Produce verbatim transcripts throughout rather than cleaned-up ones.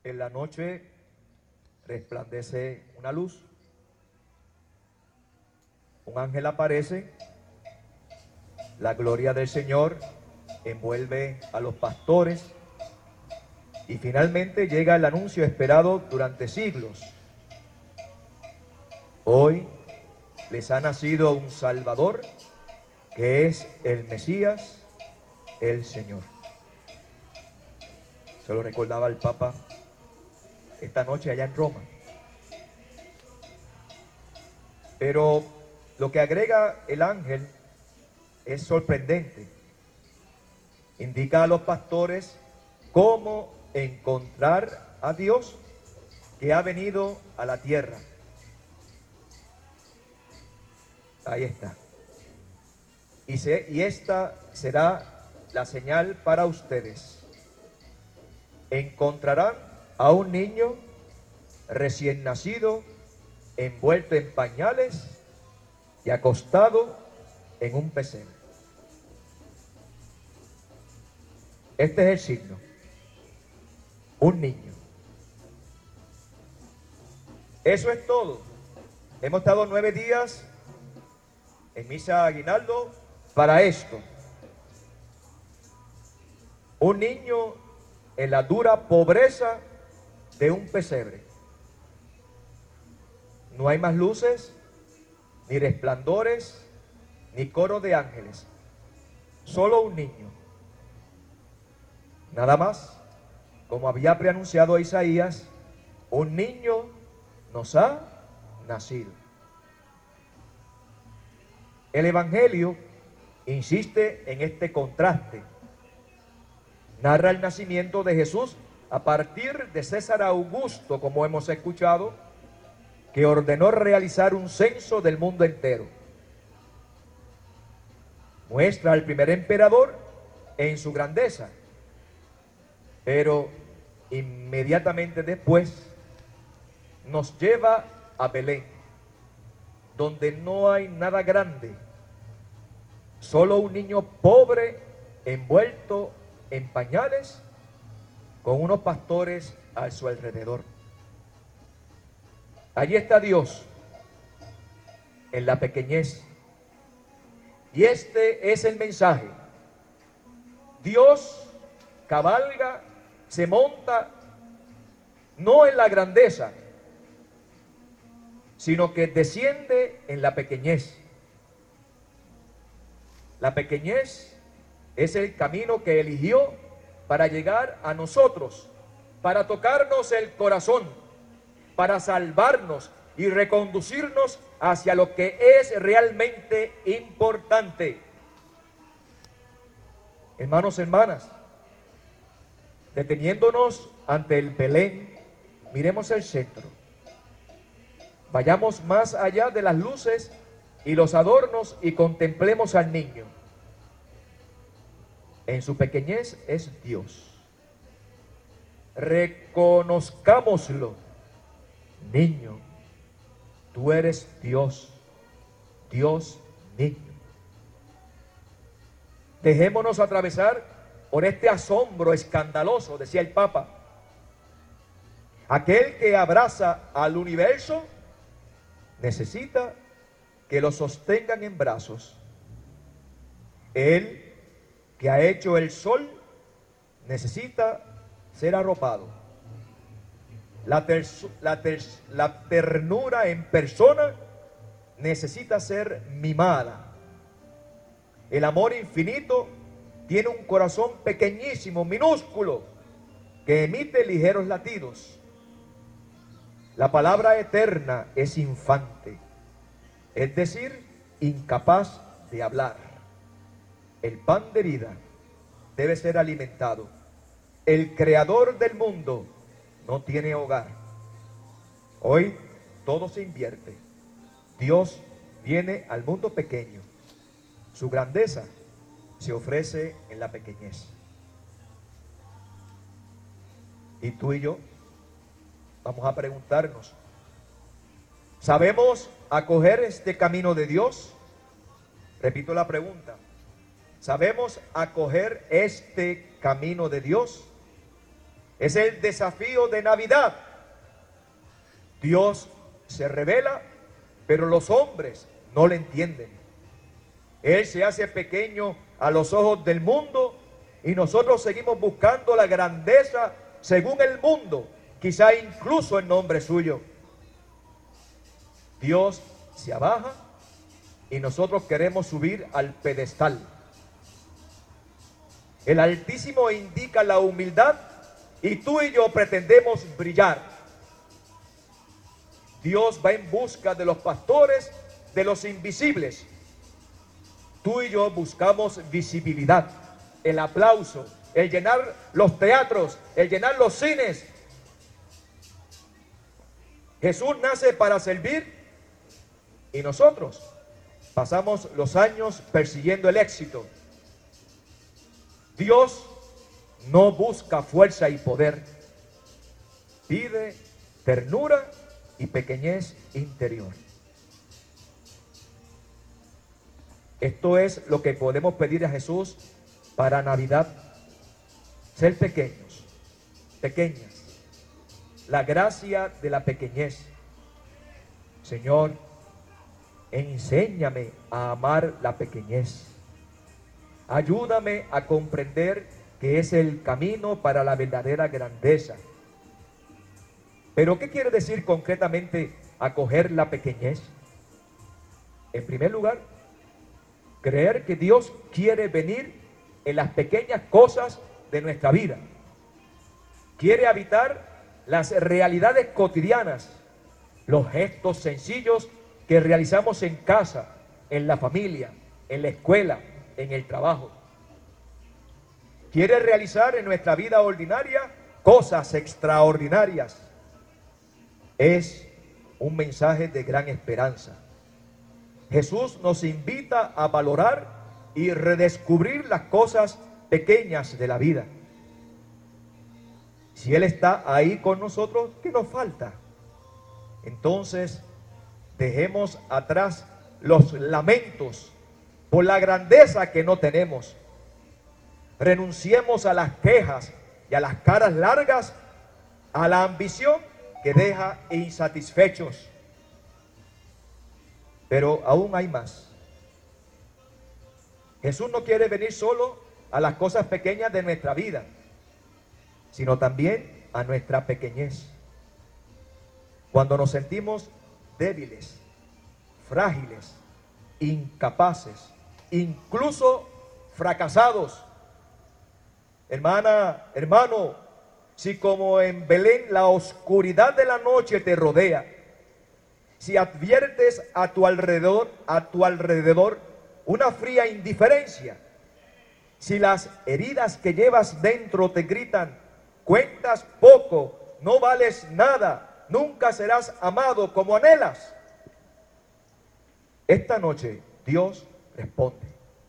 En la noche resplandece una luz. Un ángel aparece. La gloria del Señor envuelve a los pastores. Y finalmente llega el anuncio esperado durante siglos. Hoy les ha nacido un Salvador, que es el Mesías, el Señor. Se lo recordaba el Papa esta noche allá en Roma. Pero lo que agrega el ángel es sorprendente. Indica a los pastores cómo encontrar a Dios que ha venido a la tierra. Ahí está. Y, se, y esta será la señal para ustedes. Encontrarán a un niño recién nacido, envuelto en pañales y acostado en un pesebre. Este es el signo. Un niño. Eso es todo. Hemos estado nueve días en misa aguinaldo para esto. Un niño en la dura pobreza de un pesebre. No hay más luces, ni resplandores, ni coro de ángeles. Solo un niño. Nada más, como había preanunciado Isaías, un niño nos ha nacido. El Evangelio insiste en este contraste. Narra el nacimiento de Jesús a partir de César Augusto, como hemos escuchado, que ordenó realizar un censo del mundo entero. Muestra al primer emperador en su grandeza, pero inmediatamente después nos lleva a Belén, donde no hay nada grande, solo un niño pobre envuelto en pañales con unos pastores a su alrededor. Allí está Dios en la pequeñez. Y este es el mensaje. Dios cabalga, se monta, no en la grandeza, sino que desciende en la pequeñez. La pequeñez es el camino que eligió para llegar a nosotros, para tocarnos el corazón, para salvarnos y reconducirnos hacia lo que es realmente importante. Hermanos, hermanas, deteniéndonos ante el Belén, miremos el centro. Vayamos más allá de las luces y los adornos y contemplemos al niño. En su pequeñez es Dios. Reconozcámoslo. Niño, tú eres Dios, Dios niño. Dejémonos atravesar por este asombro escandaloso, decía el Papa. Aquel que abraza al universo necesita que lo sostengan en brazos. Él que ha hecho el sol necesita ser arropado. La, ter, la, ter, la ternura en persona necesita ser mimada. El amor infinito tiene un corazón pequeñísimo, minúsculo, que emite ligeros latidos. La palabra eterna es infante, es decir, incapaz de hablar. El pan de vida debe ser alimentado. El creador del mundo no tiene hogar. Hoy todo se invierte. Dios viene al mundo pequeño. Su grandeza se ofrece en la pequeñez. Y tú y yo vamos a preguntarnos, ¿sabemos acoger este camino de Dios? Repito la pregunta. ¿Sabemos acoger este camino de Dios? Es el desafío de Navidad. Dios se revela, pero los hombres no le entienden. Él se hace pequeño a los ojos del mundo y nosotros seguimos buscando la grandeza según el mundo, quizá incluso en nombre suyo. Dios se abaja y nosotros queremos subir al pedestal. El Altísimo indica la humildad y tú y yo pretendemos brillar. Dios va en busca de los pastores, de los invisibles. Tú y yo buscamos visibilidad, el aplauso, el llenar los teatros, el llenar los cines. Jesús nace para servir y nosotros pasamos los años persiguiendo el éxito. Dios no busca fuerza y poder, pide ternura y pequeñez interior. Esto es lo que podemos pedir a Jesús para Navidad. Ser pequeños, pequeñas. La gracia de la pequeñez. Señor, enséñame a amar la pequeñez. Ayúdame a comprender que es el camino para la verdadera grandeza. Pero ¿qué quiere decir concretamente acoger la pequeñez? En primer lugar, creer que Dios quiere venir en las pequeñas cosas de nuestra vida. Quiere habitar las realidades cotidianas, los gestos sencillos que realizamos en casa, en la familia, en la escuela, en el trabajo. Quiere realizar en nuestra vida ordinaria cosas extraordinarias. Es un mensaje de gran esperanza. Jesús nos invita a valorar y redescubrir las cosas pequeñas de la vida. Si Él está ahí con nosotros, ¿qué nos falta? Entonces, dejemos atrás los lamentos por la grandeza que no tenemos. Renunciemos a las quejas y a las caras largas, a la ambición que deja insatisfechos. Pero aún hay más. Jesús no quiere venir solo a las cosas pequeñas de nuestra vida, sino también a nuestra pequeñez. Cuando nos sentimos débiles, frágiles, incapaces, incluso fracasados. Hermana, hermano, si como en Belén la oscuridad de la noche te rodea, si adviertes a tu alrededor, a tu alrededor una fría indiferencia, si las heridas que llevas dentro te gritan, cuentas poco, no vales nada, nunca serás amado como anhelas, esta noche Dios responde.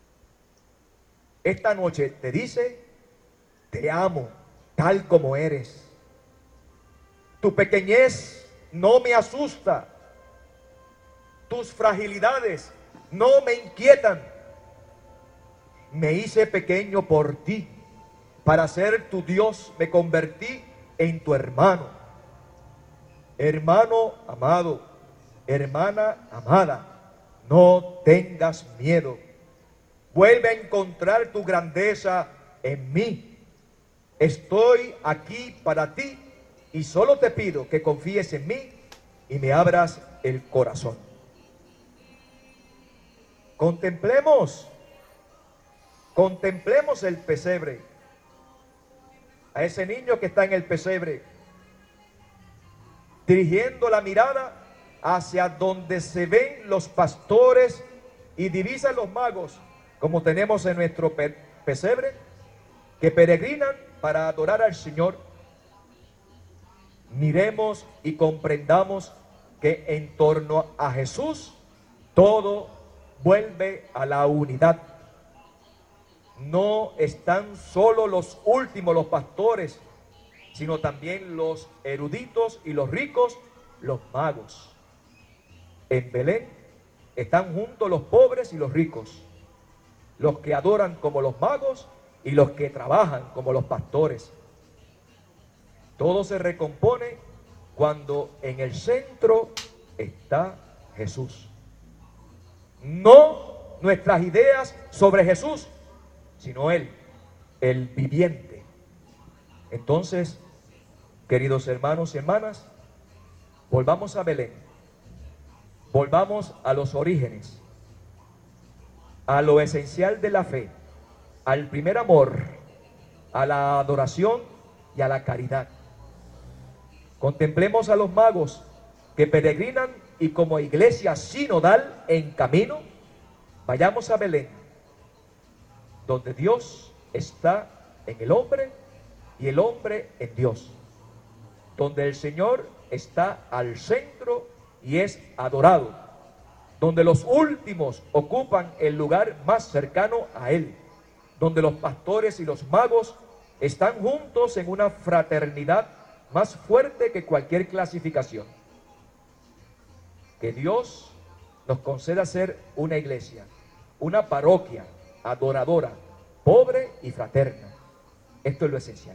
Esta noche te dice, te amo tal como eres. Tu pequeñez no me asusta. Tus fragilidades no me inquietan. Me hice pequeño por ti. Para ser tu Dios me convertí en tu hermano. Hermano amado, hermana amada, no tengas miedo. Vuelve a encontrar tu grandeza en mí. Estoy aquí para ti y solo te pido que confíes en mí y me abras el corazón. Contemplemos, contemplemos el pesebre. A ese niño que está en el pesebre, dirigiendo la mirada hacia donde se ven los pastores y divisan los magos, como tenemos en nuestro pe pesebre, que peregrinan para adorar al Señor. Miremos y comprendamos que en torno a Jesús todo vuelve a la unidad. No están solo los últimos, los pastores, sino también los eruditos y los ricos, los magos. En Belén están juntos los pobres y los ricos, los que adoran como los magos y los que trabajan como los pastores. Todo se recompone cuando en el centro está Jesús. No nuestras ideas sobre Jesús, sino Él, el viviente. Entonces, queridos hermanos y hermanas, volvamos a Belén, volvamos a los orígenes, a lo esencial de la fe, al primer amor, a la adoración y a la caridad. Contemplemos a los magos que peregrinan y como iglesia sinodal en camino, vayamos a Belén, donde Dios está en el hombre y el hombre en Dios, donde el Señor está al centro y es adorado, donde los últimos ocupan el lugar más cercano a Él, donde los pastores y los magos están juntos en una fraternidad más fuerte que cualquier clasificación. Que Dios nos conceda ser una iglesia, una parroquia adoradora, pobre y fraterna. Esto es lo esencial.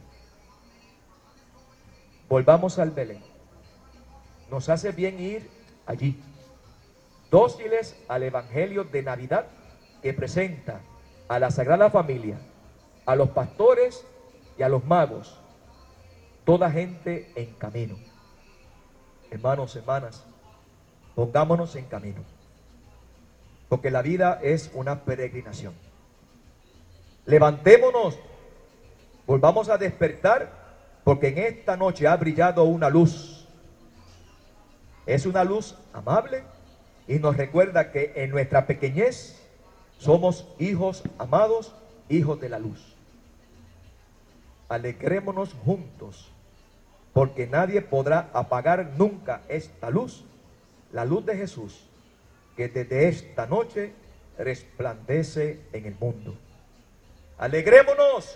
Volvamos al Belén. Nos hace bien ir allí, dóciles al Evangelio de Navidad que presenta a la Sagrada Familia, a los pastores y a los magos, toda gente en camino. Hermanos, hermanas, pongámonos en camino, porque la vida es una peregrinación. Levantémonos, volvamos a despertar, porque en esta noche ha brillado una luz. Es una luz amable y nos recuerda que en nuestra pequeñez somos hijos amados, hijos de la luz. Alegrémonos juntos, porque nadie podrá apagar nunca esta luz, la luz de Jesús, que desde esta noche resplandece en el mundo. Alegrémonos,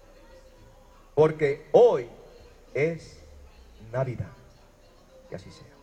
porque hoy es Navidad. Que así sea.